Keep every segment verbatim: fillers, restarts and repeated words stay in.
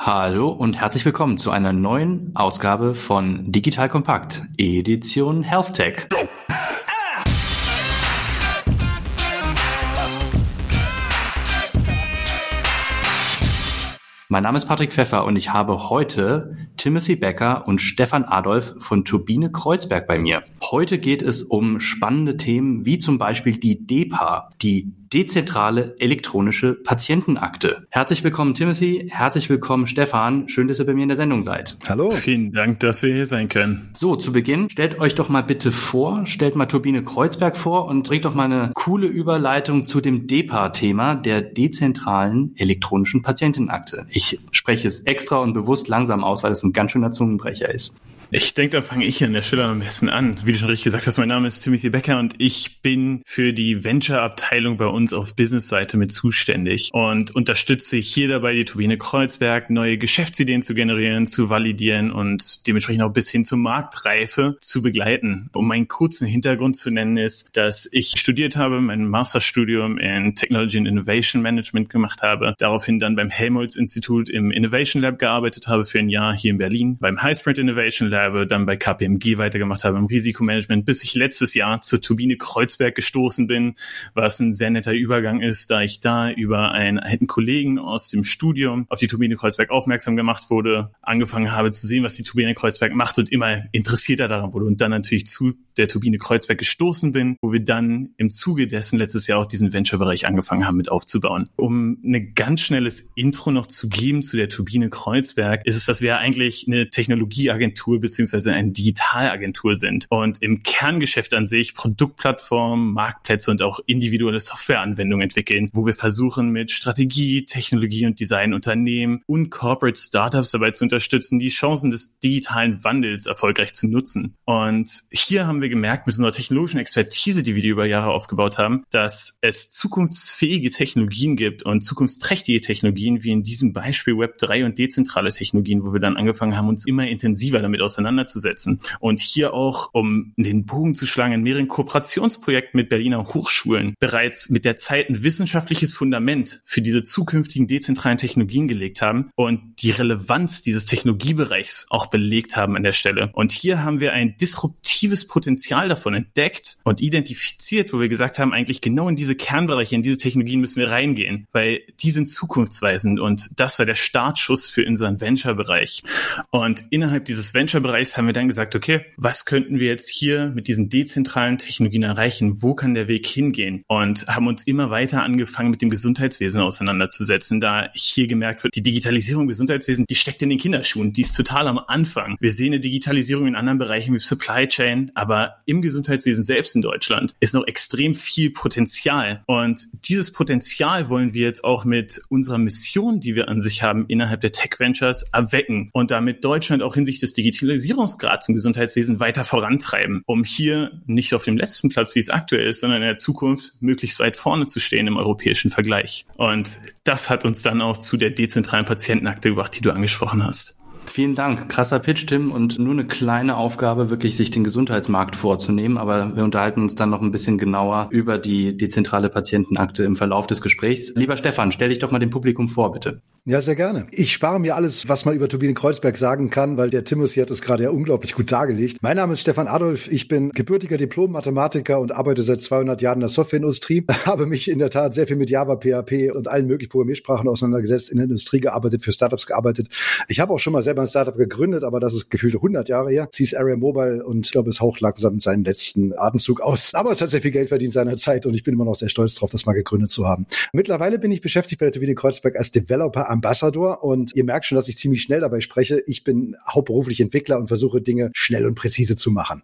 Hallo und herzlich willkommen zu einer neuen Ausgabe von Digital Kompakt, Edition Health Tech. Mein Name ist Patrick Pfeffer und ich habe heute Timothy Becker und Stefan Adolf von Turbine Kreuzberg bei mir. Heute geht es um spannende Themen wie zum Beispiel die D E P A, die dezentrale elektronische Patientenakte. Herzlich willkommen Timothy, herzlich willkommen Stefan, schön, dass ihr bei mir in der Sendung seid. Hallo. Vielen Dank, dass wir hier sein können. So, zu Beginn, stellt euch doch mal bitte vor, stellt mal Turbine Kreuzberg vor und bringt doch mal eine coole Überleitung zu dem D E P A-Thema der dezentralen elektronischen Patientenakte. Ich spreche es extra und bewusst langsam aus, weil es ein ganz schöner Zungenbrecher ist. Ich denke, da fange ich an der Stelle am besten an. Wie du schon richtig gesagt hast, mein Name ist Timothy Becker und ich bin für die Venture-Abteilung bei uns auf Business-Seite mit zuständig und unterstütze hier dabei die Turbine Kreuzberg, neue Geschäftsideen zu generieren, zu validieren und dementsprechend auch bis hin zur Marktreife zu begleiten. Um meinen kurzen Hintergrund zu nennen ist, dass ich studiert habe, mein Masterstudium in Technology and Innovation Management gemacht habe, daraufhin dann beim Helmholtz-Institut im Innovation Lab gearbeitet habe für ein Jahr hier in Berlin, beim Highsprint Innovation Lab, dann bei K P M G weitergemacht habe im Risikomanagement, bis ich letztes Jahr zur Turbine Kreuzberg gestoßen bin, was ein sehr netter Übergang ist, da ich da über einen alten Kollegen aus dem Studium auf die Turbine Kreuzberg aufmerksam gemacht wurde, angefangen habe zu sehen, was die Turbine Kreuzberg macht und immer interessierter daran wurde und dann natürlich zu der Turbine Kreuzberg gestoßen bin, wo wir dann im Zuge dessen letztes Jahr auch diesen Venture-Bereich angefangen haben mit aufzubauen. Um ein ganz schnelles Intro noch zu geben zu der Turbine Kreuzberg, ist es, dass wir eigentlich eine Technologieagentur beziehungsweise eine Digitalagentur sind und im Kerngeschäft an sich Produktplattformen, Marktplätze und auch individuelle Softwareanwendungen entwickeln, wo wir versuchen mit Strategie, Technologie und Design Unternehmen und Corporate Startups dabei zu unterstützen, die Chancen des digitalen Wandels erfolgreich zu nutzen. Und hier haben wir gemerkt mit unserer technologischen Expertise, die wir über Jahre aufgebaut haben, dass es zukunftsfähige Technologien gibt und zukunftsträchtige Technologien, wie in diesem Beispiel Web drei und dezentrale Technologien, wo wir dann angefangen haben, uns immer intensiver damit auseinanderzusetzen. Und hier auch, um den Bogen zu schlagen, in mehreren Kooperationsprojekten mit Berliner Hochschulen bereits mit der Zeit ein wissenschaftliches Fundament für diese zukünftigen dezentralen Technologien gelegt haben und die Relevanz dieses Technologiebereichs auch belegt haben an der Stelle. Und hier haben wir ein disruptives Potenzial davon entdeckt und identifiziert, wo wir gesagt haben, eigentlich genau in diese Kernbereiche, in diese Technologien müssen wir reingehen, weil die sind zukunftsweisend und das war der Startschuss für unseren Venture-Bereich. Und innerhalb dieses Venture-Bereichs haben wir dann gesagt, okay, was könnten wir jetzt hier mit diesen dezentralen Technologien erreichen? Wo kann der Weg hingehen? Und haben uns immer weiter angefangen, mit dem Gesundheitswesen auseinanderzusetzen, da hier gemerkt wird, die Digitalisierung im Gesundheitswesen, die steckt in den Kinderschuhen, die ist total am Anfang. Wir sehen eine Digitalisierung in anderen Bereichen wie Supply Chain, aber im Gesundheitswesen selbst in Deutschland ist noch extrem viel Potenzial. Und dieses Potenzial wollen wir jetzt auch mit unserer Mission, die wir an sich haben, innerhalb der Tech Ventures erwecken und damit Deutschland auch hinsichtlich des Digitalisierungsgrads im Gesundheitswesen weiter vorantreiben, um hier nicht auf dem letzten Platz, wie es aktuell ist, sondern in der Zukunft möglichst weit vorne zu stehen im europäischen Vergleich. Und das hat uns dann auch zu der dezentralen Patientenakte gebracht, die du angesprochen hast. Vielen Dank. Krasser Pitch, Tim. Und nur eine kleine Aufgabe, wirklich sich den Gesundheitsmarkt vorzunehmen. Aber wir unterhalten uns dann noch ein bisschen genauer über die dezentrale Patientenakte im Verlauf des Gesprächs. Lieber Stefan, stell dich doch mal dem Publikum vor, bitte. Ja, sehr gerne. Ich spare mir alles, was man über Turbine Kreuzberg sagen kann, weil der Timothy hat es gerade ja unglaublich gut dargelegt. Mein Name ist Stefan Adolf. Ich bin gebürtiger Diplom-Mathematiker und arbeite seit zweihundert Jahren in der Softwareindustrie. Habe mich in der Tat sehr viel mit Java, P H P und allen möglichen Programmiersprachen auseinandergesetzt, in der Industrie gearbeitet, für Startups gearbeitet. Ich habe auch schon mal selber ein Startup gegründet, aber das ist gefühlte hundert Jahre her. C S Area Mobile und ich glaube, es haucht langsam seinen letzten Atemzug aus. Aber es hat sehr viel Geld verdient seiner Zeit und ich bin immer noch sehr stolz darauf, das mal gegründet zu haben. Mittlerweile bin ich beschäftigt bei der Turbine Kreuzberg als Developer Ambassador und ihr merkt schon, dass ich ziemlich schnell dabei spreche. Ich bin hauptberuflich Entwickler und versuche Dinge schnell und präzise zu machen.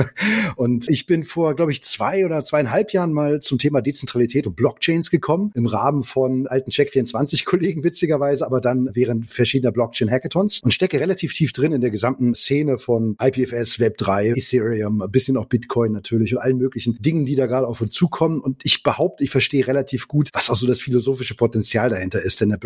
Und ich bin vor, glaube ich, zwei oder zweieinhalb Jahren mal zum Thema Dezentralität und Blockchains gekommen, im Rahmen von alten Check vierundzwanzig Kollegen witzigerweise, aber dann während verschiedener Blockchain-Hackathons und stecke relativ tief drin in der gesamten Szene von I P F S, Web drei, Ethereum, ein bisschen auch Bitcoin natürlich und allen möglichen Dingen, die da gerade auf uns zukommen. Und ich behaupte, ich verstehe relativ gut, was auch so das philosophische Potenzial dahinter ist. Denn der Blockchain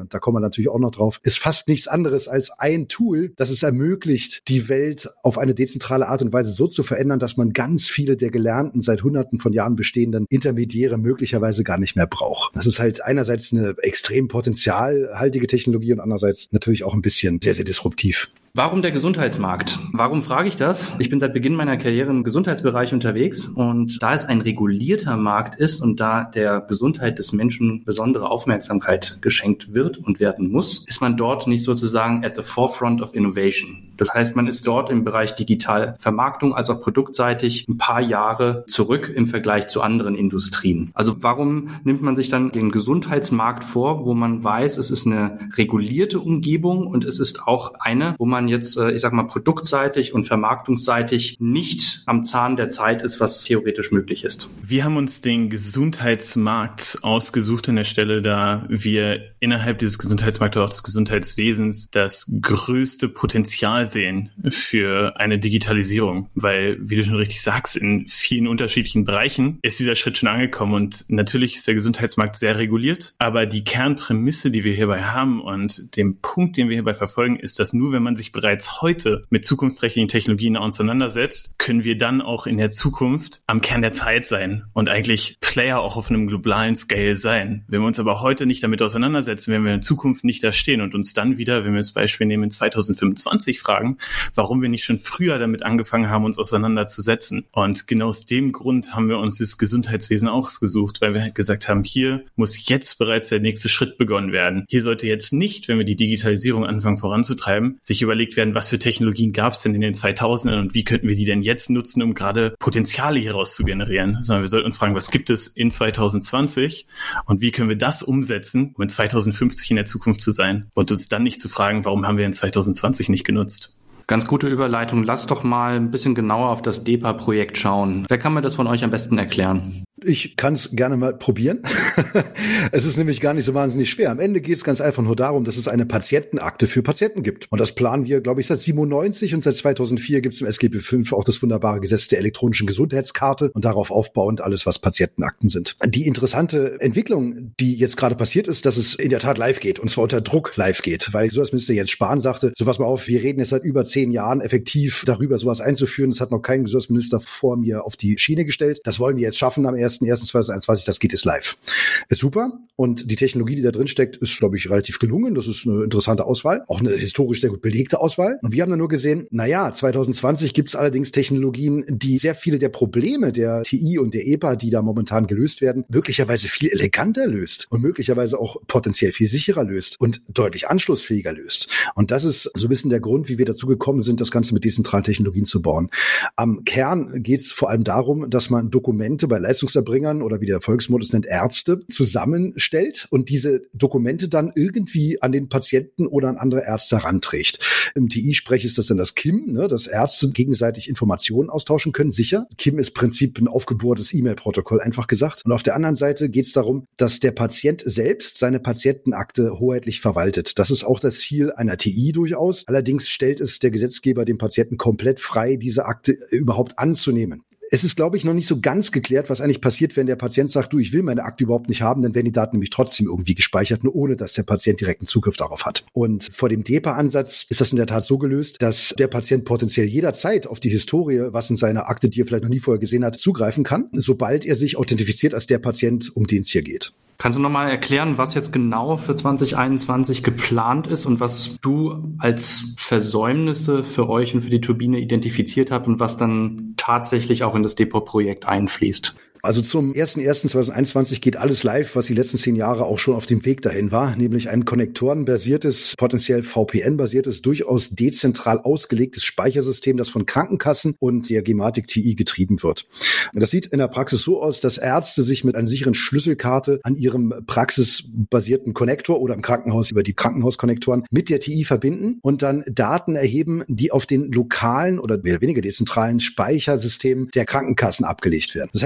und da kommen wir natürlich auch noch drauf, ist fast nichts anderes als ein Tool, das es ermöglicht, die Welt auf eine dezentrale Art und Weise so zu verändern, dass man ganz viele der gelernten, seit hunderten von Jahren bestehenden Intermediäre möglicherweise gar nicht mehr braucht. Das ist halt einerseits eine extrem potenzialhaltige Technologie und andererseits natürlich auch ein bisschen sehr, sehr disruptiv. Warum der Gesundheitsmarkt? Warum frage ich das? Ich bin seit Beginn meiner Karriere im Gesundheitsbereich unterwegs und da es ein regulierter Markt ist und da der Gesundheit des Menschen besondere Aufmerksamkeit geschenkt wird und werden muss, ist man dort nicht sozusagen at the forefront of innovation. Das heißt, man ist dort im Bereich Digitalvermarktung als auch produktseitig ein paar Jahre zurück im Vergleich zu anderen Industrien. Also warum nimmt man sich dann den Gesundheitsmarkt vor, wo man weiß, es ist eine regulierte Umgebung und es ist auch eine, wo man jetzt, ich sag mal, produktseitig und vermarktungsseitig nicht am Zahn der Zeit ist, was theoretisch möglich ist. Wir haben uns den Gesundheitsmarkt ausgesucht an der Stelle, da wir innerhalb dieses Gesundheitsmarktes oder auch des Gesundheitswesens das größte Potenzial sehen für eine Digitalisierung, weil, wie du schon richtig sagst, in vielen unterschiedlichen Bereichen ist dieser Schritt schon angekommen und natürlich ist der Gesundheitsmarkt sehr reguliert, aber die Kernprämisse, die wir hierbei haben und den Punkt, den wir hierbei verfolgen, ist, dass nur wenn man sich bereits heute mit zukunftsträchtigen Technologien auseinandersetzt, können wir dann auch in der Zukunft am Kern der Zeit sein und eigentlich Player auch auf einem globalen Scale sein. Wenn wir uns aber heute nicht damit auseinandersetzen, werden wir in Zukunft nicht da stehen und uns dann wieder, wenn wir das Beispiel nehmen, in zwanzig fünfundzwanzig fragen, warum wir nicht schon früher damit angefangen haben, uns auseinanderzusetzen. Und genau aus dem Grund haben wir uns das Gesundheitswesen ausgesucht, weil wir halt gesagt haben, hier muss jetzt bereits der nächste Schritt begonnen werden. Hier sollte jetzt nicht, wenn wir die Digitalisierung anfangen voranzutreiben, sich überlegt werden, was für Technologien gab es denn in den zweitausendern und wie könnten wir die denn jetzt nutzen, um gerade Potenziale hieraus zu generieren. Sondern wir sollten uns fragen, was gibt es in zwanzig zwanzig und wie können wir das umsetzen, um in zwanzig fünfzig in der Zukunft zu sein und uns dann nicht zu fragen, warum haben wir in zwanzig zwanzig nicht genutzt. Ganz gute Überleitung. Lasst doch mal ein bisschen genauer auf das D E P A-Projekt schauen. Wer kann mir das von euch am besten erklären? Ich kann es gerne mal probieren. Es ist nämlich gar nicht so wahnsinnig schwer. Am Ende geht es ganz einfach nur darum, dass es eine Patientenakte für Patienten gibt. Und das planen wir, glaube ich, seit siebenundneunzig und seit zweitausendvier gibt es im S G B fünf auch das wunderbare Gesetz der elektronischen Gesundheitskarte und darauf aufbauend alles, was Patientenakten sind. Die interessante Entwicklung, die jetzt gerade passiert ist, dass es in der Tat live geht und zwar unter Druck live geht, weil Gesundheitsminister Jens Spahn sagte, so pass mal auf, wir reden jetzt seit über zehn Jahren effektiv darüber, sowas einzuführen. Das hat noch kein Gesundheitsminister vor mir auf die Schiene gestellt. Das wollen wir jetzt schaffen am ersten ersten zweitausendeinundzwanzig, das geht jetzt live. Ist super und die Technologie, die da drin steckt, ist, glaube ich, relativ gelungen. Das ist eine interessante Auswahl, auch eine historisch sehr gut belegte Auswahl. Und wir haben dann nur gesehen, naja, zwanzig zwanzig gibt es allerdings Technologien, die sehr viele der Probleme der T I und der E P A, die da momentan gelöst werden, möglicherweise viel eleganter löst und möglicherweise auch potenziell viel sicherer löst und deutlich anschlussfähiger löst. Und das ist so ein bisschen der Grund, wie wir dazu gekommen sind, das Ganze mit dezentralen Technologien zu bauen. Am Kern geht es vor allem darum, dass man Dokumente bei Leistungserbringern oder wie der Volksmund es nennt, Ärzte zusammenstellt und diese Dokumente dann irgendwie an den Patienten oder an andere Ärzte heranträgt. Im T I-Sprech ist das dann das K I M, ne, dass Ärzte gegenseitig Informationen austauschen können, sicher. K I M ist im Prinzip ein aufgebohrtes E-Mail-Protokoll, einfach gesagt. Und auf der anderen Seite geht es darum, dass der Patient selbst seine Patientenakte hoheitlich verwaltet. Das ist auch das Ziel einer T I durchaus. Allerdings stellt es der Gesetzgeber dem Patienten komplett frei, diese Akte überhaupt anzunehmen. Es ist, glaube ich, noch nicht so ganz geklärt, was eigentlich passiert, wenn der Patient sagt, du, ich will meine Akte überhaupt nicht haben, dann werden die Daten nämlich trotzdem irgendwie gespeichert, nur ohne, dass der Patient direkten Zugriff darauf hat. Und vor dem D E P A-Ansatz ist das in der Tat so gelöst, dass der Patient potenziell jederzeit auf die Historie, was in seiner Akte, die er vielleicht noch nie vorher gesehen hat, zugreifen kann, sobald er sich authentifiziert als der Patient, um den es hier geht. Kannst du nochmal erklären, was jetzt genau für zwanzig einundzwanzig geplant ist und was du als Versäumnisse für euch und für die Turbine identifiziert habt und was dann tatsächlich auch in das D E P A-Projekt einfließt? Also zum ersten ersten zweitausendeinundzwanzig geht alles live, was die letzten zehn Jahre auch schon auf dem Weg dahin war, nämlich ein konnektorenbasiertes, potenziell V P N-basiertes, durchaus dezentral ausgelegtes Speichersystem, das von Krankenkassen und der Gematik T I getrieben wird. Und das sieht in der Praxis so aus, dass Ärzte sich mit einer sicheren Schlüsselkarte an ihrem praxisbasierten Konnektor oder im Krankenhaus über die Krankenhauskonnektoren mit der T I verbinden und dann Daten erheben, die auf den lokalen oder mehr oder weniger dezentralen Speichersystemen der Krankenkassen abgelegt werden. Das heißt, man muss als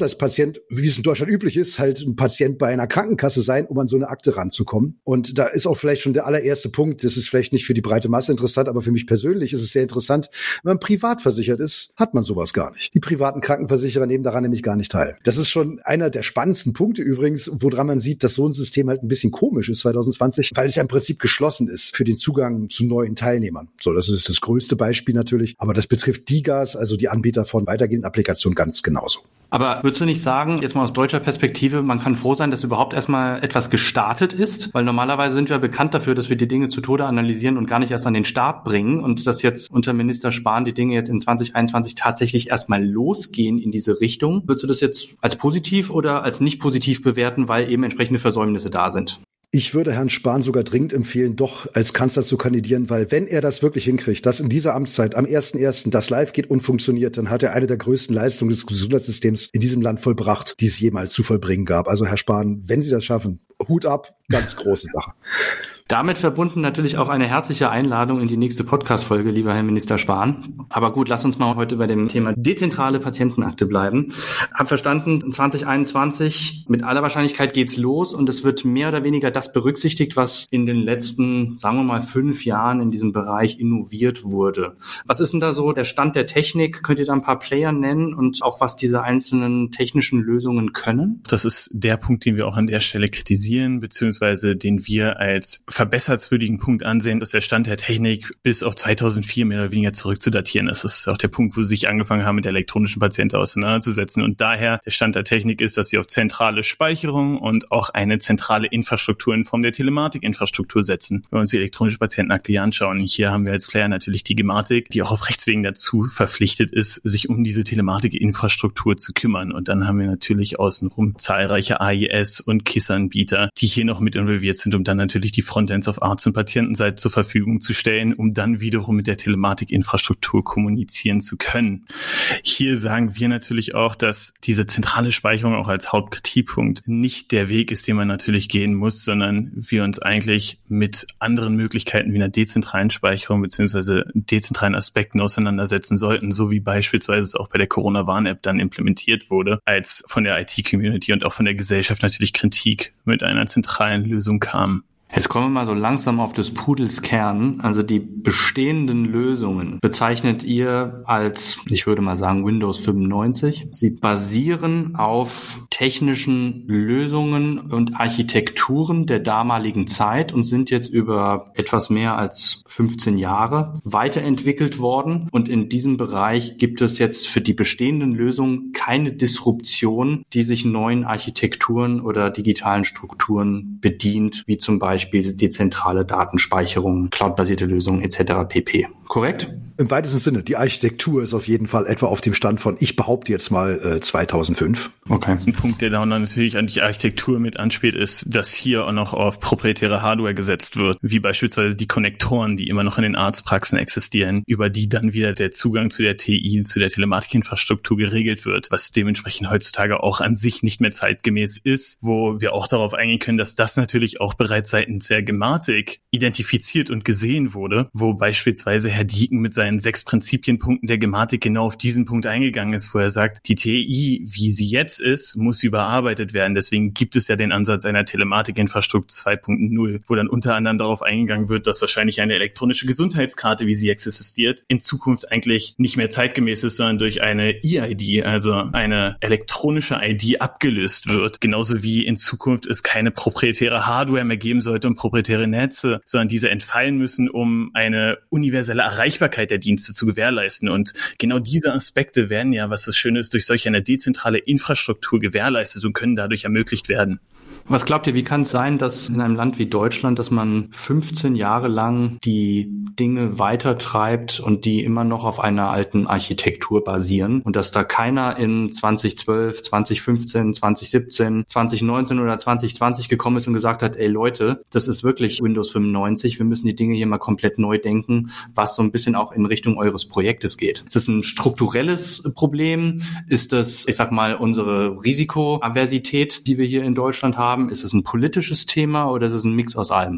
als Patient, wie es in Deutschland üblich ist, halt ein Patient bei einer Krankenkasse sein, um an so eine Akte ranzukommen. Und da ist auch vielleicht schon der allererste Punkt, das ist vielleicht nicht für die breite Masse interessant, aber für mich persönlich ist es sehr interessant, wenn man privat versichert ist, hat man sowas gar nicht. Die privaten Krankenversicherer nehmen daran nämlich gar nicht teil. Das ist schon einer der spannendsten Punkte übrigens, woran man sieht, dass so ein System halt ein bisschen komisch ist zwanzig zwanzig, weil es ja im Prinzip geschlossen ist für den Zugang zu neuen Teilnehmern. So, das ist das größte Beispiel natürlich, aber das betrifft DiGAs, also die Anbieter von weitergehenden Applikationen, ganz genauso. Aber würdest du nicht sagen, jetzt mal aus deutscher Perspektive, man kann froh sein, dass überhaupt erstmal etwas gestartet ist? Weil normalerweise sind wir bekannt dafür, dass wir die Dinge zu Tode analysieren und gar nicht erst an den Start bringen und dass jetzt unter Minister Spahn die Dinge jetzt in zwanzig einundzwanzig tatsächlich erstmal losgehen in diese Richtung. Würdest du das jetzt als positiv oder als nicht positiv bewerten, weil eben entsprechende Versäumnisse da sind? Ich würde Herrn Spahn sogar dringend empfehlen, doch als Kanzler zu kandidieren, weil wenn er das wirklich hinkriegt, dass in dieser Amtszeit am ersten ersten das live geht und funktioniert, dann hat er eine der größten Leistungen des Gesundheitssystems in diesem Land vollbracht, die es jemals zu vollbringen gab. Also Herr Spahn, wenn Sie das schaffen, Hut ab, ganz große Sache. Damit verbunden natürlich auch eine herzliche Einladung in die nächste Podcast-Folge, lieber Herr Minister Spahn. Aber gut, lass uns mal heute bei dem Thema dezentrale Patientenakte bleiben. Hab verstanden, zwanzig einundzwanzig mit aller Wahrscheinlichkeit geht's los und es wird mehr oder weniger das berücksichtigt, was in den letzten, sagen wir mal, fünf Jahren in diesem Bereich innoviert wurde. Was ist denn da so der Stand der Technik? Könnt ihr da ein paar Player nennen und auch was diese einzelnen technischen Lösungen können? Das ist der Punkt, den wir auch an der Stelle kritisieren, beziehungsweise den wir als verbesserungswürdigen Punkt ansehen, dass der Stand der Technik bis auf zweitausendvier mehr oder weniger zurückzudatieren ist. Das ist auch der Punkt, wo sie sich angefangen haben, mit der elektronischen Patienten auseinanderzusetzen. Und daher der Stand der Technik ist, dass sie auf zentrale Speicherung und auch eine zentrale Infrastruktur in Form der Telematikinfrastruktur setzen. Wenn wir uns die elektronische Patientenakte hier anschauen, hier haben wir als Player natürlich die Gematik, die auch auf Rechtswegen dazu verpflichtet ist, sich um diese Telematikinfrastruktur zu kümmern. Und dann haben wir natürlich außenrum zahlreiche A I S und K I S-Anbieter, die hier noch mit involviert sind, um dann natürlich die Front auf Arzt- und Patientenseite zur Verfügung zu stellen, um dann wiederum mit der Telematikinfrastruktur kommunizieren zu können. Hier sagen wir natürlich auch, dass diese zentrale Speicherung auch als Hauptkritikpunkt nicht der Weg ist, den man natürlich gehen muss, sondern wir uns eigentlich mit anderen Möglichkeiten wie einer dezentralen Speicherung bzw. dezentralen Aspekten auseinandersetzen sollten, so wie beispielsweise es auch bei der Corona-Warn-App dann implementiert wurde, als von der I T-Community und auch von der Gesellschaft natürlich Kritik mit einer zentralen Lösung kam. Jetzt kommen wir mal so langsam auf des Pudels Kern. Also die bestehenden Lösungen bezeichnet ihr als, ich würde mal sagen, Windows fünfundneunzig. Sie basieren auf technischen Lösungen und Architekturen der damaligen Zeit und sind jetzt über etwas mehr als fünfzehn Jahre weiterentwickelt worden. Und in diesem Bereich gibt es jetzt für die bestehenden Lösungen keine Disruption, die sich neuen Architekturen oder digitalen Strukturen bedient, wie zum Beispiel Beispiel dezentrale Datenspeicherung, cloudbasierte Lösungen et cetera pp. Korrekt? Im weitesten Sinne. Die Architektur ist auf jeden Fall etwa auf dem Stand von, ich behaupte jetzt mal, äh, zweitausendfünf. Okay. Ein Punkt, der da natürlich an die Architektur mit anspielt, ist, dass hier auch noch auf proprietäre Hardware gesetzt wird, wie beispielsweise die Konnektoren, die immer noch in den Arztpraxen existieren, über die dann wieder der Zugang zu der T I, zu der Telematikinfrastruktur geregelt wird, was dementsprechend heutzutage auch an sich nicht mehr zeitgemäß ist, wo wir auch darauf eingehen können, dass das natürlich auch bereits seitens der Gematik identifiziert und gesehen wurde, wo beispielsweise Herr Dieken mit seinen sechs Prinzipienpunkten der Gematik genau auf diesen Punkt eingegangen ist, wo er sagt, die T I, wie sie jetzt ist, muss überarbeitet werden. Deswegen gibt es ja den Ansatz einer Telematikinfrastruktur zwei Punkt null, wo dann unter anderem darauf eingegangen wird, dass wahrscheinlich eine elektronische Gesundheitskarte, wie sie jetzt existiert, in Zukunft eigentlich nicht mehr zeitgemäß ist, sondern durch eine E I D, also eine elektronische I D, abgelöst wird. Genauso wie in Zukunft es keine proprietäre Hardware mehr geben sollte und proprietäre Netze, sondern diese entfallen müssen, um eine universelle Erreichbarkeit der Dienste zu gewährleisten. Und genau diese Aspekte werden ja, was das Schöne ist, durch solch eine dezentrale Infrastruktur gewährleistet und können dadurch ermöglicht werden. Was glaubt ihr, wie kann es sein, dass in einem Land wie Deutschland, dass man fünfzehn Jahre lang die Dinge weitertreibt und die immer noch auf einer alten Architektur basieren und dass da keiner in zwanzig zwölf, zwanzig fünfzehn, zwanzig siebzehn, zwanzig neunzehn oder zwanzig zwanzig gekommen ist und gesagt hat, ey Leute, das ist wirklich Windows fünfundneunzig, wir müssen die Dinge hier mal komplett neu denken, was so ein bisschen auch in Richtung eures Projektes geht. Ist das ein strukturelles Problem? Ist das, ich sag mal, unsere Risikoaversität, die wir hier in Deutschland haben? Ist es ein politisches Thema oder ist es ein Mix aus allem?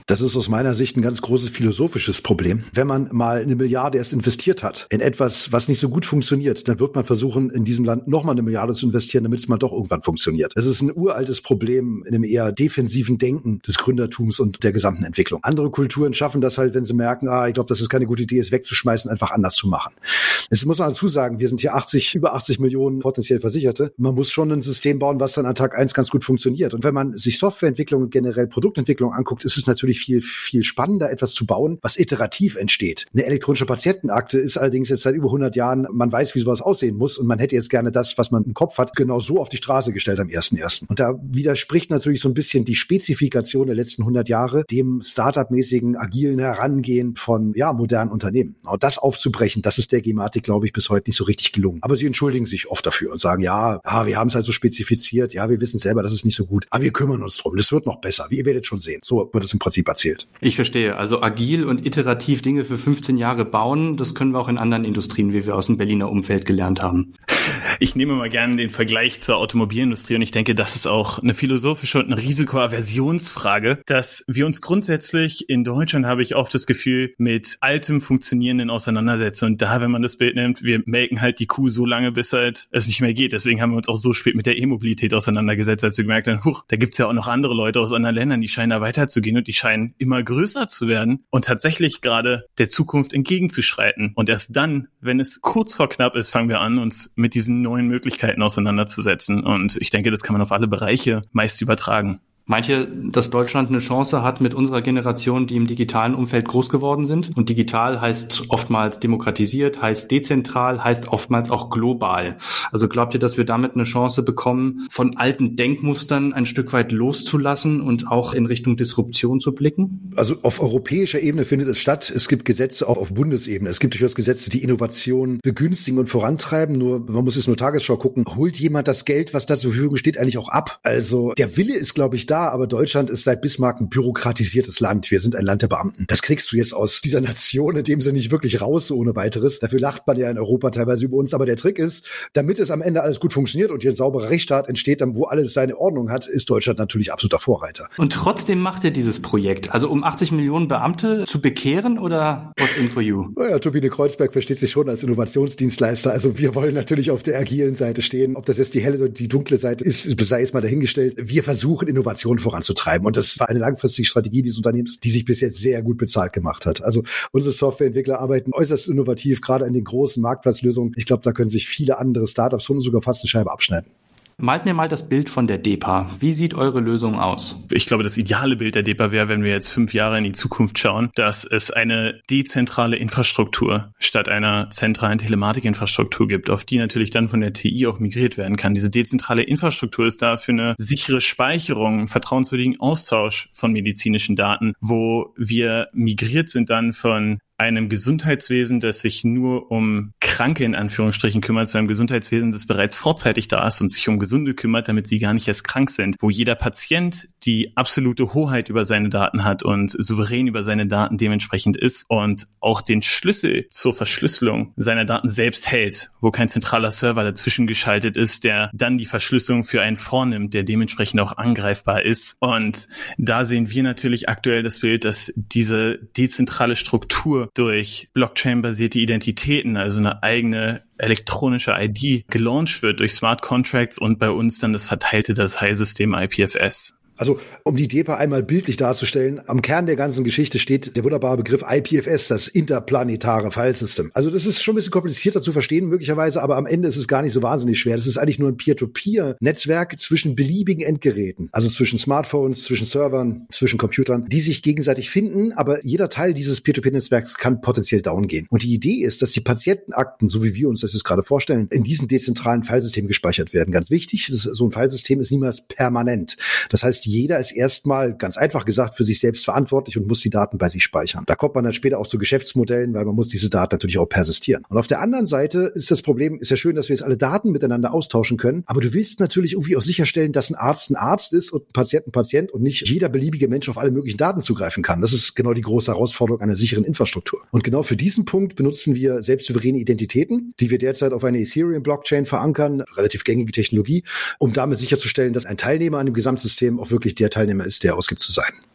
Das ist aus meiner Sicht ein ganz großes philosophisches Problem. Wenn man mal eine Milliarde erst investiert hat in etwas, was nicht so gut funktioniert, dann wird man versuchen, in diesem Land nochmal eine Milliarde zu investieren, damit es mal doch irgendwann funktioniert. Das ist ein uraltes Problem in einem eher defensiven Denken des Gründertums und der gesamten Entwicklung. Andere Kulturen schaffen das halt, wenn sie merken, ah, ich glaube, das ist keine gute Idee, es wegzuschmeißen, einfach anders zu machen. Es muss man dazu sagen, wir sind hier achtzig, über achtzig Millionen potenziell Versicherte. Man muss schon ein System bauen, was dann an Tag eins ganz gut funktioniert. Und wenn man sich Softwareentwicklung und generell Produktentwicklung anguckt, ist es natürlich viel, viel spannender, etwas zu bauen, was iterativ entsteht. Eine elektronische Patientenakte ist allerdings jetzt seit über hundert Jahren, man weiß, wie sowas aussehen muss und man hätte jetzt gerne das, was man im Kopf hat, genau so auf die Straße gestellt am ersten ersten Und da widerspricht natürlich so ein bisschen die Spezifikation der letzten hundert Jahre dem Startup-mäßigen, agilen Herangehen von, ja, modernen Unternehmen. Und das aufzubrechen, das ist der Gematik, glaube ich, bis heute nicht so richtig gelungen. Aber sie entschuldigen sich oft dafür und sagen, ja, ja wir haben es halt so spezifiziert, ja, wir wissen selber, das ist nicht so gut, aber wir kümmern uns drum, das wird noch besser, wie ihr werdet schon sehen. So wird es im Prinzip erzählt. Ich verstehe, also agil und iterativ Dinge für fünfzehn Jahre bauen, das können wir auch in anderen Industrien, wie wir aus dem Berliner Umfeld gelernt haben. Ich nehme mal gerne den Vergleich zur Automobilindustrie und ich denke, das ist auch eine philosophische und eine Risikoaversionsfrage, dass wir uns grundsätzlich in Deutschland, habe ich oft das Gefühl, mit altem Funktionierenden auseinandersetzen. Und da, wenn man das Bild nimmt, wir melken halt die Kuh so lange, bis halt es nicht mehr geht. Deswegen haben wir uns auch so spät mit der E-Mobilität auseinandergesetzt, als wir gemerkt haben, huch, da gibt's ja auch noch andere Leute aus anderen Ländern, die scheinen da weiterzugehen und die scheinen immer größer zu werden und tatsächlich gerade der Zukunft entgegenzuschreiten. Und erst dann, wenn es kurz vor knapp ist, fangen wir an, uns mit diesen neuen Möglichkeiten auseinanderzusetzen. Und ich denke, das kann man auf alle Bereiche meist übertragen. Meint ihr, dass Deutschland eine Chance hat mit unserer Generation, die im digitalen Umfeld groß geworden sind? Und digital heißt oftmals demokratisiert, heißt dezentral, heißt oftmals auch global. Also glaubt ihr, dass wir damit eine Chance bekommen, von alten Denkmustern ein Stück weit loszulassen und auch in Richtung Disruption zu blicken? Also auf europäischer Ebene findet es statt. Es gibt Gesetze auch auf Bundesebene. Es gibt durchaus Gesetze, die Innovation begünstigen und vorantreiben. Nur, man muss jetzt nur Tagesschau gucken. Holt jemand das Geld, was da zur Verfügung steht, eigentlich auch ab? Also der Wille ist, glaube ich, da. Aber Deutschland ist seit Bismarck ein bürokratisiertes Land. Wir sind ein Land der Beamten. Das kriegst du jetzt aus dieser Nation in dem Sinne nicht wirklich raus, so ohne weiteres. Dafür lacht man ja in Europa teilweise über uns. Aber der Trick ist, damit es am Ende alles gut funktioniert und hier ein sauberer Rechtsstaat entsteht, dann wo alles seine Ordnung hat, ist Deutschland natürlich absoluter Vorreiter. Und trotzdem macht ihr dieses Projekt. Also um achtzig Millionen Beamte zu bekehren oder what's in for you? Naja, Turbine Kreuzberg versteht sich schon als Innovationsdienstleister. Also wir wollen natürlich auf der agilen Seite stehen. Ob das jetzt die helle oder die dunkle Seite ist, sei es mal dahingestellt. Wir versuchen Innovation voranzutreiben. Und das war eine langfristige Strategie dieses Unternehmens, die sich bis jetzt sehr gut bezahlt gemacht hat. Also unsere Softwareentwickler arbeiten äußerst innovativ, gerade an den großen Marktplatzlösungen. Ich glaube, da können sich viele andere Startups und sogar fast eine Scheibe abschneiden. Malt mir mal das Bild von der D E P A. Wie sieht eure Lösung aus? Ich glaube, das ideale Bild der D E P A wäre, wenn wir jetzt fünf Jahre in die Zukunft schauen, dass es eine dezentrale Infrastruktur statt einer zentralen Telematikinfrastruktur gibt, auf die natürlich dann von der T I auch migriert werden kann. Diese dezentrale Infrastruktur ist da für eine sichere Speicherung, einen vertrauenswürdigen Austausch von medizinischen Daten, wo wir migriert sind dann von einem Gesundheitswesen, das sich nur um Kranke in Anführungsstrichen kümmert, zu einem Gesundheitswesen, das bereits vorzeitig da ist und sich um Gesunde kümmert, damit sie gar nicht erst krank sind, wo jeder Patient die absolute Hoheit über seine Daten hat und souverän über seine Daten dementsprechend ist und auch den Schlüssel zur Verschlüsselung seiner Daten selbst hält, wo kein zentraler Server dazwischen geschaltet ist, der dann die Verschlüsselung für einen vornimmt, der dementsprechend auch angreifbar ist. Und da sehen wir natürlich aktuell das Bild, dass diese dezentrale Struktur durch Blockchain-basierte Identitäten, also eine eigene elektronische I D, gelauncht wird durch Smart Contracts und bei uns dann das verteilte Dateisystem I P F S. Also, um die D E P A einmal bildlich darzustellen, am Kern der ganzen Geschichte steht der wunderbare Begriff I P F S, das interplanetare Filesystem. Also, das ist schon ein bisschen komplizierter zu verstehen möglicherweise, aber am Ende ist es gar nicht so wahnsinnig schwer. Das ist eigentlich nur ein Peer-to-Peer-Netzwerk zwischen beliebigen Endgeräten, also zwischen Smartphones, zwischen Servern, zwischen Computern, die sich gegenseitig finden, aber jeder Teil dieses Peer-to-Peer-Netzwerks kann potenziell down gehen. Und die Idee ist, dass die Patientenakten, so wie wir uns das jetzt gerade vorstellen, in diesem dezentralen Filesystem gespeichert werden. Ganz wichtig, das ist, so ein Filesystem ist niemals permanent. Das heißt, jeder ist erstmal, ganz einfach gesagt, für sich selbst verantwortlich und muss die Daten bei sich speichern. Da kommt man dann später auch zu Geschäftsmodellen, weil man muss diese Daten natürlich auch persistieren. Und auf der anderen Seite ist das Problem, ist ja schön, dass wir jetzt alle Daten miteinander austauschen können, aber du willst natürlich irgendwie auch sicherstellen, dass ein Arzt ein Arzt ist und ein Patient ein Patient und nicht jeder beliebige Mensch auf alle möglichen Daten zugreifen kann. Das ist genau die große Herausforderung einer sicheren Infrastruktur. Und genau für diesen Punkt benutzen wir selbstsouveräne Identitäten, die wir derzeit auf eine Ethereum-Blockchain verankern, relativ gängige Technologie, um damit sicherzustellen, dass ein Teilnehmer an dem Gesamtsystem auch wirklich der Teilnehmer ist, der ausgibt zu sein.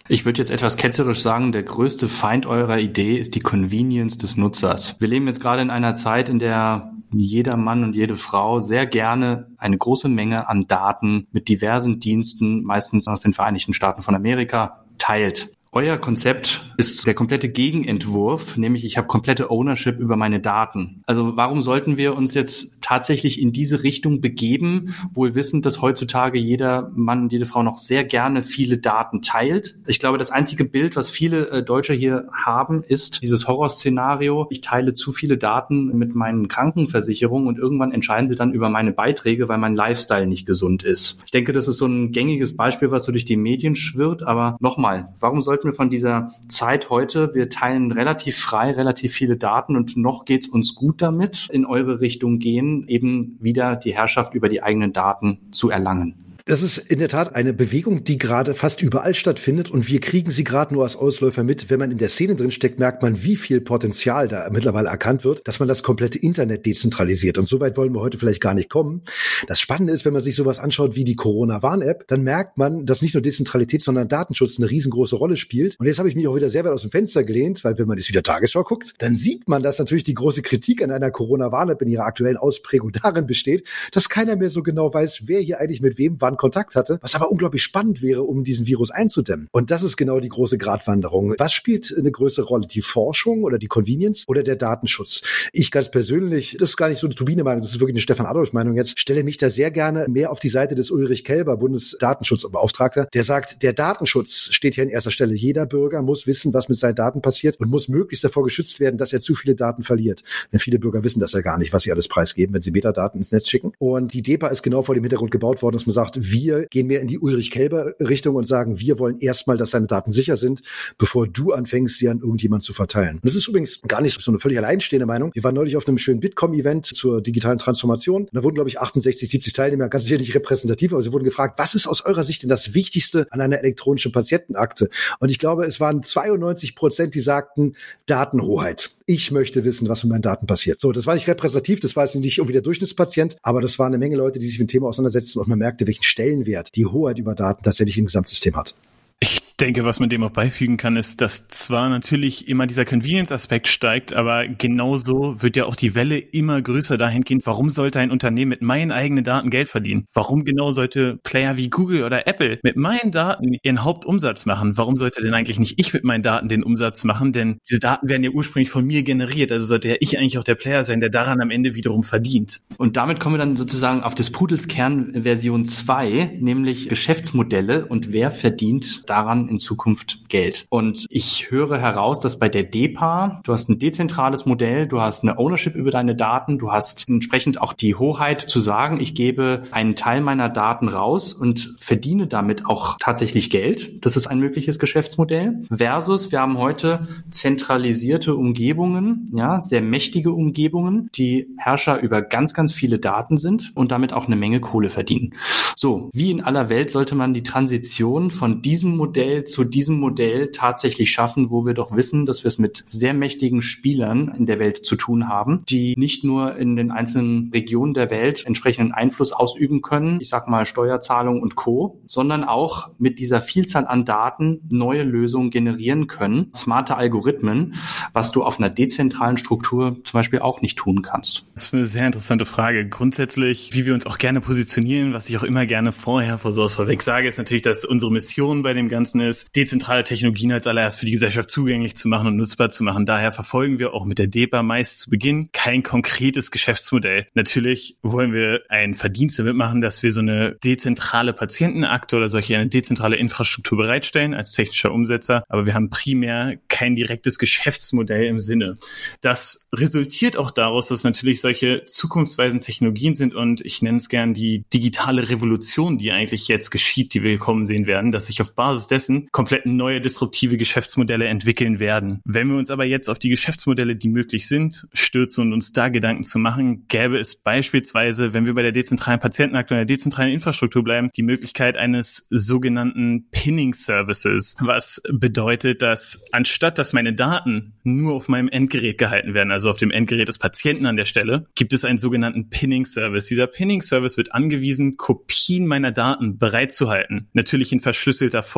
Ich würde jetzt etwas ketzerisch sagen, der größte Feind eurer Idee ist die Convenience des Nutzers. Wir leben jetzt gerade in einer Zeit, in der jeder Mann und jede Frau sehr gerne eine große Menge an Daten mit diversen Diensten, meistens aus den Vereinigten Staaten von Amerika, teilt. Euer Konzept ist der komplette Gegenentwurf, nämlich ich habe komplette Ownership über meine Daten. Also warum sollten wir uns jetzt tatsächlich in diese Richtung begeben, wohl wissend, dass heutzutage jeder Mann und jede Frau noch sehr gerne viele Daten teilt? Ich glaube, das einzige Bild, was viele äh, Deutsche hier haben, ist dieses Horrorszenario. Ich teile zu viele Daten mit meinen Krankenversicherungen und irgendwann entscheiden sie dann über meine Beiträge, weil mein Lifestyle nicht gesund ist. Ich denke, das ist so ein gängiges Beispiel, was so durch die Medien schwirrt. Aber nochmal, warum sollten wir von dieser Zeit heute, wir teilen relativ frei, relativ viele Daten und noch geht's uns gut damit, in eure Richtung gehen, eben wieder die Herrschaft über die eigenen Daten zu erlangen? Das ist in der Tat eine Bewegung, die gerade fast überall stattfindet und wir kriegen sie gerade nur als Ausläufer mit. Wenn man in der Szene drin steckt, merkt man, wie viel Potenzial da mittlerweile erkannt wird, dass man das komplette Internet dezentralisiert. Und so weit wollen wir heute vielleicht gar nicht kommen. Das Spannende ist, wenn man sich sowas anschaut wie die Corona-Warn-App, dann merkt man, dass nicht nur Dezentralität, sondern Datenschutz eine riesengroße Rolle spielt. Und jetzt habe ich mich auch wieder sehr weit aus dem Fenster gelehnt, weil wenn man jetzt wieder Tagesschau guckt, dann sieht man, dass natürlich die große Kritik an einer Corona-Warn-App in ihrer aktuellen Ausprägung darin besteht, dass keiner mehr so genau weiß, wer hier eigentlich mit wem wann Kontakt hatte, was aber unglaublich spannend wäre, um diesen Virus einzudämmen. Und das ist genau die große Gratwanderung. Was spielt eine größere Rolle? Die Forschung oder die Convenience oder der Datenschutz? Ich ganz persönlich, das ist gar nicht so eine Turbine-Meinung, das ist wirklich eine Stefan-Adolf-Meinung jetzt, stelle mich da sehr gerne mehr auf die Seite des Ulrich Kelber, Bundesdatenschutzbeauftragter, der sagt, der Datenschutz steht hier an erster Stelle. Jeder Bürger muss wissen, was mit seinen Daten passiert und muss möglichst davor geschützt werden, dass er zu viele Daten verliert. Denn viele Bürger wissen das ja gar nicht, was sie alles preisgeben, wenn sie Metadaten ins Netz schicken. Und die DEPA ist genau vor dem Hintergrund gebaut worden, dass man sagt, wir gehen mehr in die Ulrich-Kelber-Richtung und sagen, wir wollen erstmal, dass deine Daten sicher sind, bevor du anfängst, sie an irgendjemand zu verteilen. Und das ist übrigens gar nicht so eine völlig alleinstehende Meinung. Wir waren neulich auf einem schönen Bitkom-Event zur digitalen Transformation. Und da wurden, glaube ich, achtundsechzig, siebzig Teilnehmer, ganz sicher nicht repräsentativ, aber sie wurden gefragt, was ist aus eurer Sicht denn das Wichtigste an einer elektronischen Patientenakte? Und ich glaube, es waren zweiundneunzig Prozent, die sagten, Datenhoheit. Ich möchte wissen, was mit meinen Daten passiert. So, das war nicht repräsentativ, das war jetzt nicht irgendwie der Durchschnittspatient, aber das waren eine Menge Leute, die sich mit dem Thema auseinandersetzten und man merkte, welchen Stellenwert die Hoheit über Daten tatsächlich im Gesamtsystem hat. Ich denke, was man dem auch beifügen kann, ist, dass zwar natürlich immer dieser Convenience-Aspekt steigt, aber genauso wird ja auch die Welle immer größer dahingehend, warum sollte ein Unternehmen mit meinen eigenen Daten Geld verdienen? Warum genau sollte Player wie Google oder Apple mit meinen Daten ihren Hauptumsatz machen? Warum sollte denn eigentlich nicht ich mit meinen Daten den Umsatz machen? Denn diese Daten werden ja ursprünglich von mir generiert, also sollte ja ich eigentlich auch der Player sein, der daran am Ende wiederum verdient. Und damit kommen wir dann sozusagen auf des Pudels Kern Version zwei, nämlich Geschäftsmodelle und wer verdient daran in Zukunft Geld. Und ich höre heraus, dass bei der DEPA, du hast ein dezentrales Modell, du hast eine Ownership über deine Daten, du hast entsprechend auch die Hoheit zu sagen, ich gebe einen Teil meiner Daten raus und verdiene damit auch tatsächlich Geld. Das ist ein mögliches Geschäftsmodell. Versus, wir haben heute zentralisierte Umgebungen, ja, sehr mächtige Umgebungen, die Herrscher über ganz, ganz viele Daten sind und damit auch eine Menge Kohle verdienen. So, wie in aller Welt sollte man die Transition von diesem Modell zu diesem Modell tatsächlich schaffen, wo wir doch wissen, dass wir es mit sehr mächtigen Spielern in der Welt zu tun haben, die nicht nur in den einzelnen Regionen der Welt entsprechenden Einfluss ausüben können, ich sag mal Steuerzahlung und Co., sondern auch mit dieser Vielzahl an Daten neue Lösungen generieren können, smarte Algorithmen, was du auf einer dezentralen Struktur zum Beispiel auch nicht tun kannst. Das ist eine sehr interessante Frage. Grundsätzlich, wie wir uns auch gerne positionieren, was ich auch immer gerne vorher vor sowas vorweg sage, ist natürlich, dass unsere Mission bei dem Ganzen ist, dezentrale Technologien als allererst für die Gesellschaft zugänglich zu machen und nutzbar zu machen. Daher verfolgen wir auch mit der DEPA meist zu Beginn kein konkretes Geschäftsmodell. Natürlich wollen wir einen Verdienst damit machen, dass wir so eine dezentrale Patientenakte oder solche eine dezentrale Infrastruktur bereitstellen als technischer Umsetzer, aber wir haben primär kein direktes Geschäftsmodell im Sinne. Das resultiert auch daraus, dass natürlich solche zukunftsweisenden Technologien sind und ich nenne es gern die digitale Revolution, die eigentlich jetzt geschieht, die wir kommen sehen werden, dass sich auf Basis dessen komplett neue disruptive Geschäftsmodelle entwickeln werden. Wenn wir uns aber jetzt auf die Geschäftsmodelle, die möglich sind, stürzen und uns da Gedanken zu machen, gäbe es beispielsweise, wenn wir bei der dezentralen Patientenakte und der dezentralen Infrastruktur bleiben, die Möglichkeit eines sogenannten Pinning Services, was bedeutet, dass anstatt, dass meine Daten nur auf meinem Endgerät gehalten werden, also auf dem Endgerät des Patienten an der Stelle, gibt es einen sogenannten Pinning Service. Dieser Pinning Service wird angewiesen, Kopien meiner Daten bereitzuhalten, natürlich in verschlüsselter Form.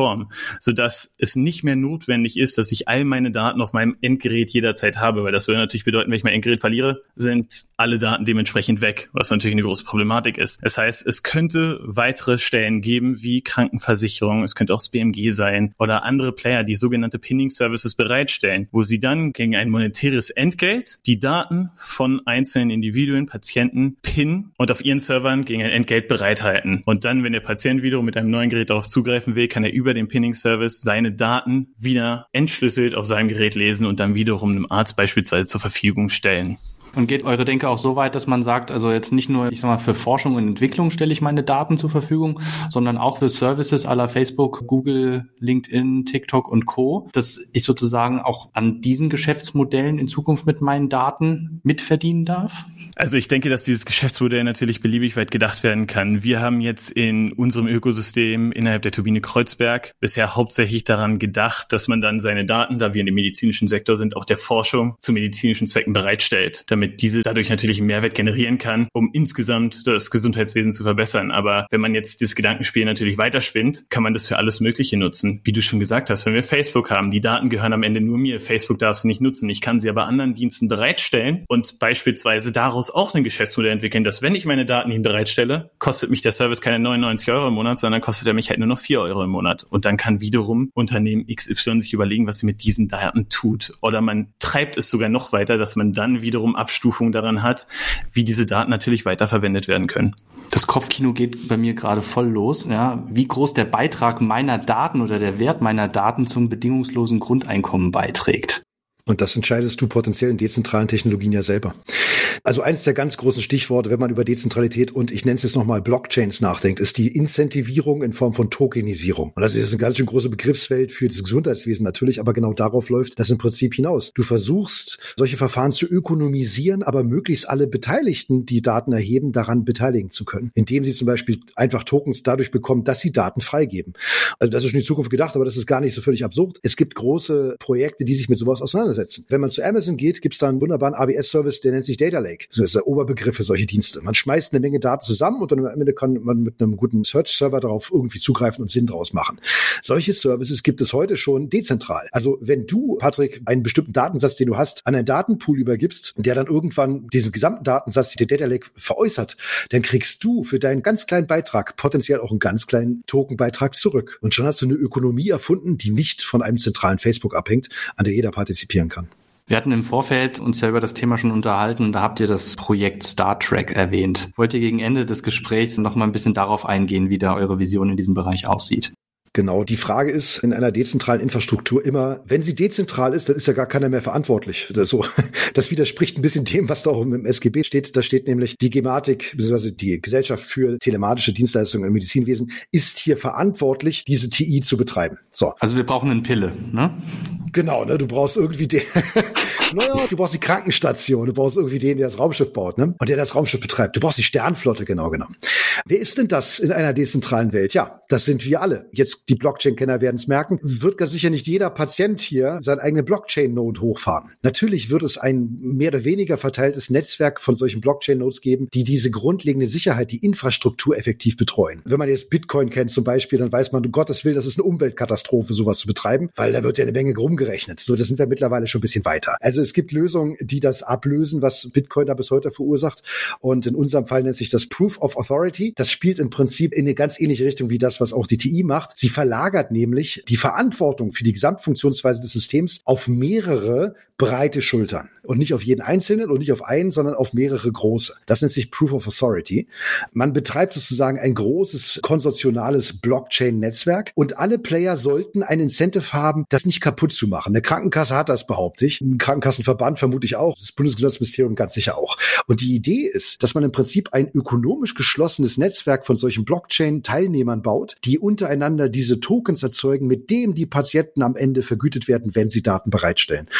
sodass es nicht mehr notwendig ist, dass ich all meine Daten auf meinem Endgerät jederzeit habe, weil das würde natürlich bedeuten, wenn ich mein Endgerät verliere, sind alle Daten dementsprechend weg, was natürlich eine große Problematik ist. Das heißt, es könnte weitere Stellen geben, wie Krankenversicherung, es könnte auch das B M G sein oder andere Player, die sogenannte Pinning-Services bereitstellen, wo sie dann gegen ein monetäres Entgelt die Daten von einzelnen Individuen, Patienten pinnen und auf ihren Servern gegen ein Entgelt bereithalten. Und dann, wenn der Patient wiederum mit einem neuen Gerät darauf zugreifen will, kann er über den Pinning-Service seine Daten wieder entschlüsselt auf seinem Gerät lesen und dann wiederum einem Arzt beispielsweise zur Verfügung stellen. Und geht eure Denke auch so weit, dass man sagt, also jetzt nicht nur, ich sag mal, für Forschung und Entwicklung stelle ich meine Daten zur Verfügung, sondern auch für Services à la Facebook, Google, LinkedIn, TikTok und Co., dass ich sozusagen auch an diesen Geschäftsmodellen in Zukunft mit meinen Daten mitverdienen darf? Also ich denke, dass dieses Geschäftsmodell natürlich beliebig weit gedacht werden kann. Wir haben jetzt in unserem Ökosystem innerhalb der Turbine Kreuzberg bisher hauptsächlich daran gedacht, dass man dann seine Daten, da wir in dem medizinischen Sektor sind, auch der Forschung zu medizinischen Zwecken bereitstellt, damit diese dadurch natürlich einen Mehrwert generieren kann, um insgesamt das Gesundheitswesen zu verbessern. Aber wenn man jetzt das Gedankenspiel natürlich weiterspinnt, kann man das für alles Mögliche nutzen. Wie du schon gesagt hast, wenn wir Facebook haben, die Daten gehören am Ende nur mir. Facebook darf sie nicht nutzen. Ich kann sie aber anderen Diensten bereitstellen und beispielsweise daraus auch ein Geschäftsmodell entwickeln, dass wenn ich meine Daten ihnen bereitstelle, kostet mich der Service keine neunundneunzig Euro im Monat, sondern kostet er mich halt nur noch vier Euro im Monat. Und dann kann wiederum Unternehmen X Y sich überlegen, was sie mit diesen Daten tut. Oder man treibt es sogar noch weiter, dass man dann wiederum Abstufung daran hat, wie diese Daten natürlich weiterverwendet werden können. Das Kopfkino geht bei mir gerade voll los. Ja, wie groß der Beitrag meiner Daten oder der Wert meiner Daten zum bedingungslosen Grundeinkommen beiträgt. Und das entscheidest du potenziell in dezentralen Technologien ja selber. Also eines der ganz großen Stichworte, wenn man über Dezentralität und ich nenne es jetzt nochmal Blockchains nachdenkt, ist die Incentivierung in Form von Tokenisierung. Und das ist eine ganz schön große Begriffswelt für das Gesundheitswesen natürlich, aber genau darauf läuft das im Prinzip hinaus. Du versuchst, solche Verfahren zu ökonomisieren, aber möglichst alle Beteiligten, die Daten erheben, daran beteiligen zu können, indem sie zum Beispiel einfach Tokens dadurch bekommen, dass sie Daten freigeben. Also das ist schon in die Zukunft gedacht, aber das ist gar nicht so völlig absurd. Es gibt große Projekte, die sich mit sowas auseinandersetzen. Wenn man zu Amazon geht, gibt es da einen wunderbaren A W S-Service, der nennt sich Data Lake. Das ist der Oberbegriff für solche Dienste. Man schmeißt eine Menge Daten zusammen und dann am Ende kann man mit einem guten Search-Server darauf irgendwie zugreifen und Sinn draus machen. Solche Services gibt es heute schon dezentral. Also wenn du, Patrick, einen bestimmten Datensatz, den du hast, an einen Datenpool übergibst, der dann irgendwann diesen gesamten Datensatz, den Data Lake veräußert, dann kriegst du für deinen ganz kleinen Beitrag potenziell auch einen ganz kleinen Tokenbeitrag zurück. Und schon hast du eine Ökonomie erfunden, die nicht von einem zentralen Facebook abhängt, an der jeder partizipieren kann. Wir hatten im Vorfeld uns ja über das Thema schon unterhalten und da habt ihr das Projekt Star Trek erwähnt. Wollt ihr gegen Ende des Gesprächs noch mal ein bisschen darauf eingehen, wie da eure Vision in diesem Bereich aussieht? Genau, die Frage ist in einer dezentralen Infrastruktur immer, wenn sie dezentral ist, dann ist ja gar keiner mehr verantwortlich. Das, so, das widerspricht ein bisschen dem, was da auch im S G B steht. Da steht nämlich, die Gematik, beziehungsweise die Gesellschaft für telematische Dienstleistungen im Medizinwesen, ist hier verantwortlich, diese T I zu betreiben. So. Also wir brauchen eine Pille, ne? Genau, ne? Du brauchst irgendwie den... Naja, du brauchst die Krankenstation, du brauchst irgendwie den, der das Raumschiff baut, ne? Und der das Raumschiff betreibt. Du brauchst die Sternflotte, genau genommen. Wer ist denn das in einer dezentralen Welt? Ja, das sind wir alle. Jetzt, die Blockchain-Kenner werden es merken, wird ganz sicher nicht jeder Patient hier seinen eigenen Blockchain-Node hochfahren. Natürlich wird es ein mehr oder weniger verteiltes Netzwerk von solchen Blockchain-Nodes geben, die diese grundlegende Sicherheit, die Infrastruktur effektiv betreuen. Wenn man jetzt Bitcoin kennt zum Beispiel, dann weiß man, um Gottes Willen, das ist eine Umweltkatastrophe, sowas zu betreiben, weil da wird ja eine Menge rumgerechnet. So, das sind wir mittlerweile schon ein bisschen weiter. Also es gibt Lösungen, die das ablösen, was Bitcoin da bis heute verursacht. Und in unserem Fall nennt sich das Proof of Authority. Das spielt im Prinzip in eine ganz ähnliche Richtung wie das, was auch die T I macht. Sie verlagert nämlich die Verantwortung für die Gesamtfunktionsweise des Systems auf mehrere breite Schultern. Und nicht auf jeden Einzelnen und nicht auf einen, sondern auf mehrere große. Das nennt sich Proof of Authority. Man betreibt sozusagen ein großes konsortionales Blockchain-Netzwerk und alle Player sollten ein Incentive haben, das nicht kaputt zu machen. Eine Krankenkasse hat das, behaupte ich. Ein Krankenkassenverband vermutlich auch. Das Bundesgesundheitsministerium ganz sicher auch. Und die Idee ist, dass man im Prinzip ein ökonomisch geschlossenes Netzwerk von solchen Blockchain-Teilnehmern baut, die untereinander diese Tokens erzeugen, mit dem die Patienten am Ende vergütet werden, wenn sie Daten bereitstellen. Und schon hast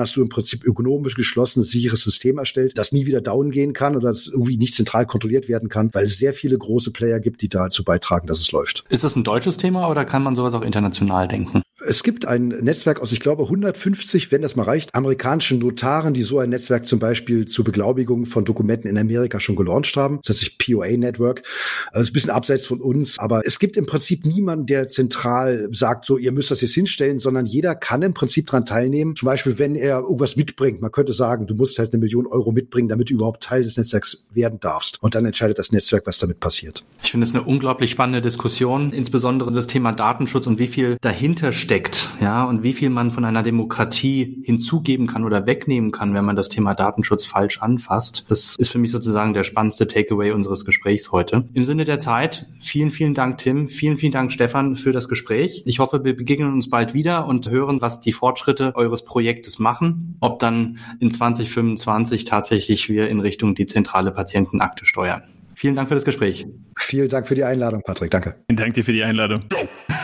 hast du im Prinzip ökonomisch geschlossenes, sicheres System erstellt, das nie wieder down gehen kann oder das irgendwie nicht zentral kontrolliert werden kann, weil es sehr viele große Player gibt, die dazu beitragen, dass es läuft. Ist das ein deutsches Thema oder kann man sowas auch international denken? Es gibt ein Netzwerk aus, ich glaube, hundertfünfzig, wenn das mal reicht, amerikanischen Notaren, die so ein Netzwerk zum Beispiel zur Beglaubigung von Dokumenten in Amerika schon gelauncht haben. Das nennt sich P O A-Network. Also ist ein bisschen abseits von uns, aber es gibt im Prinzip niemanden, der zentral sagt, so, ihr müsst das jetzt hinstellen, sondern jeder kann im Prinzip dran teilnehmen. Zum Beispiel, wenn er irgendwas mitbringt. Man könnte sagen, du musst halt eine Million Euro mitbringen, damit du überhaupt Teil des Netzwerks werden darfst. Und dann entscheidet das Netzwerk, was damit passiert. Ich finde es eine unglaublich spannende Diskussion, insbesondere das Thema Datenschutz und wie viel dahinter steckt, ja, und wie viel man von einer Demokratie hinzugeben kann oder wegnehmen kann, wenn man das Thema Datenschutz falsch anfasst. Das ist für mich sozusagen der spannendste Takeaway unseres Gesprächs heute. Im Sinne der Zeit, vielen, vielen Dank, Tim, vielen, vielen Dank, Stefan, für das Gespräch. Ich hoffe, wir begegnen uns bald wieder und hören, was die Fortschritte eures Projektes machen, ob dann in zwanzig fünfundzwanzig tatsächlich wir in Richtung die zentrale Patientenakte steuern. Vielen Dank für das Gespräch. Vielen Dank für die Einladung, Patrick. Danke. Danke dir für die Einladung.